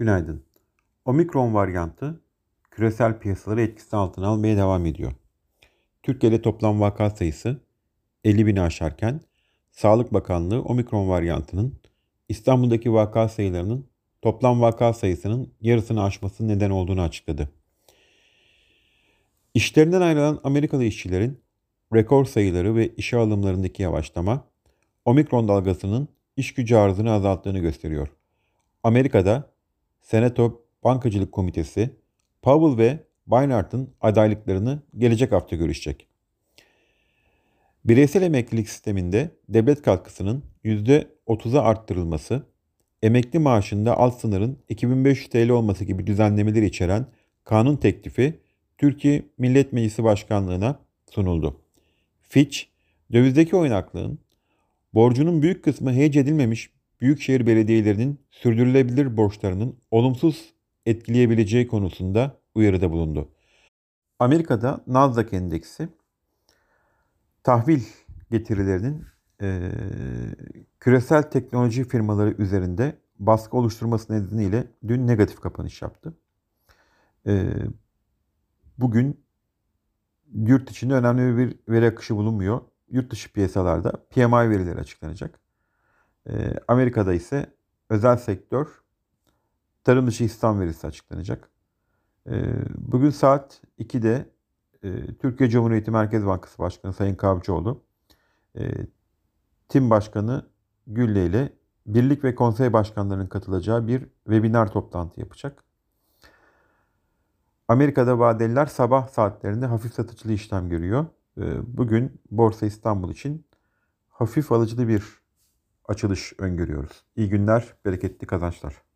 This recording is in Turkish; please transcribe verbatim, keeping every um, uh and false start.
Günaydın. Omikron varyantı küresel piyasaları etkisi altına almaya devam ediyor. Türkiye'de toplam vaka sayısı elli bini aşarken Sağlık Bakanlığı Omikron varyantının İstanbul'daki vaka sayılarının toplam vaka sayısının yarısını aşmasının neden olduğunu açıkladı. İşlerinden ayrılan Amerikalı işçilerin rekor sayıları ve işe alımlarındaki yavaşlama, Omikron dalgasının iş gücü arzını azalttığını gösteriyor. Amerika'da Senato Bankacılık Komitesi, Powell ve Bernard'ın adaylıklarını gelecek hafta görüşecek. Bireysel emeklilik sisteminde devlet katkısının yüzde otuza arttırılması, emekli maaşında alt sınırın iki bin beş yüz T L olması gibi düzenlemeleri içeren kanun teklifi Türkiye Millet Meclisi Başkanlığı'na sunuldu. Fitch, dövizdeki oynaklığın borcunun büyük kısmı hece edilmemiş büyükşehir belediyelerinin sürdürülebilir borçlarının olumsuz etkileyebileceği konusunda uyarıda bulundu. Amerika'da Nasdaq endeksi tahvil getirilerinin e, küresel teknoloji firmaları üzerinde baskı oluşturması nedeniyle dün negatif kapanış yaptı. E, bugün yurt içinde önemli bir veri akışı bulunmuyor. Yurt dışı piyasalarda P M I verileri açıklanacak. E, Amerika'da ise özel sektör tarım dışı istihdam verisi açıklanacak. E, bugün saat ikide e, Türkiye Cumhuriyeti Merkez Bankası Başkanı Sayın Kavcıoğlu, e, Tim Başkanı Gülle ile birlik ve konsey başkanlarının katılacağı bir webinar toplantı yapacak. Amerika'da vadeliler sabah saatlerinde hafif satıcılı işlem görüyor. E, bugün Borsa İstanbul için hafif alıcılı bir açılış öngörüyoruz. İyi günler, bereketli kazançlar.